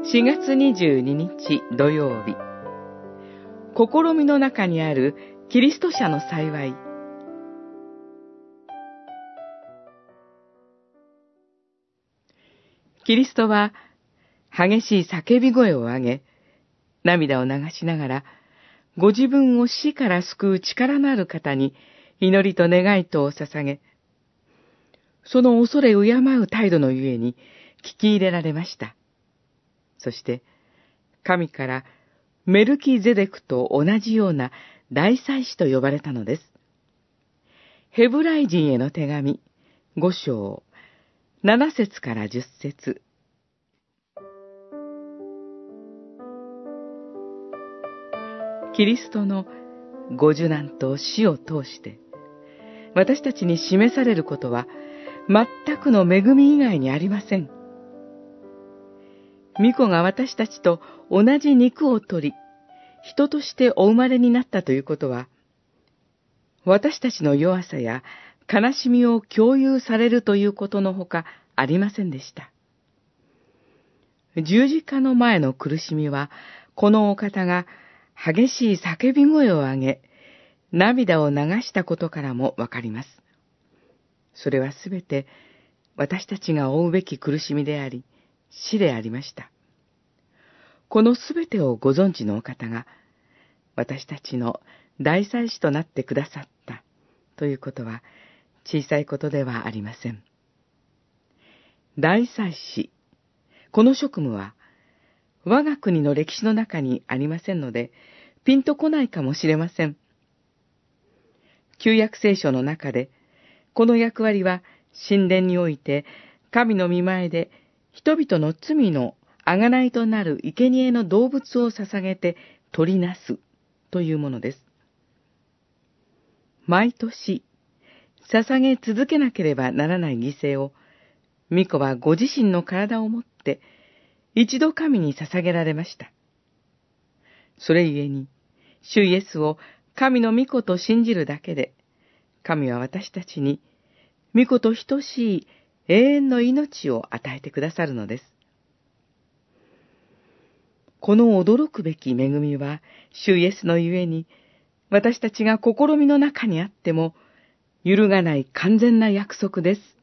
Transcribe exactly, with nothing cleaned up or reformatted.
しがつにじゅうににち土曜日、試みの中にあるキリスト者の幸い。キリストは激しい叫び声を上げ、涙を流しながら、ご自分を死から救う力のある方に祈りと願いとを捧げ、その恐れ敬う態度のゆえに聞き入れられました。そして、神からメルキゼデクと同じような大祭司と呼ばれたのです。ヘブライ人への手紙、ご章、なな節からじゅっ節。キリストのご受難と死を通して、私たちに示されることは、全くの恵み以外にありません。御子が私たちと同じ肉を取り、人としてお生まれになったということは、私たちの弱さや悲しみを共有されるということのほかありませんでした。十字架の前の苦しみは、このお方が激しい叫び声を上げ、涙を流したことからもわかります。それはすべて私たちが負うべき苦しみであり、死でありました。このすべてをご存知のお方が、私たちの大祭司となってくださったということは、小さいことではありません。大祭司、この職務は、我が国の歴史の中にありませんので、ピンとこないかもしれません。旧約聖書の中で、この役割は神殿において、神の御前で人々の罪の贖いとなる生贄の動物を捧げて取りなすというものです。毎年、捧げ続けなければならない犠牲を、御子はご自身の体をもって、一度神に捧げられました。それゆえに、主イエスを神の御子と信じるだけで、神は私たちに、御子と等しい永遠の命を与えてくださるのです。この驚くべき恵みは、主イエスのゆえに、私たちが試みの中にあっても、揺るがない完全な約束です。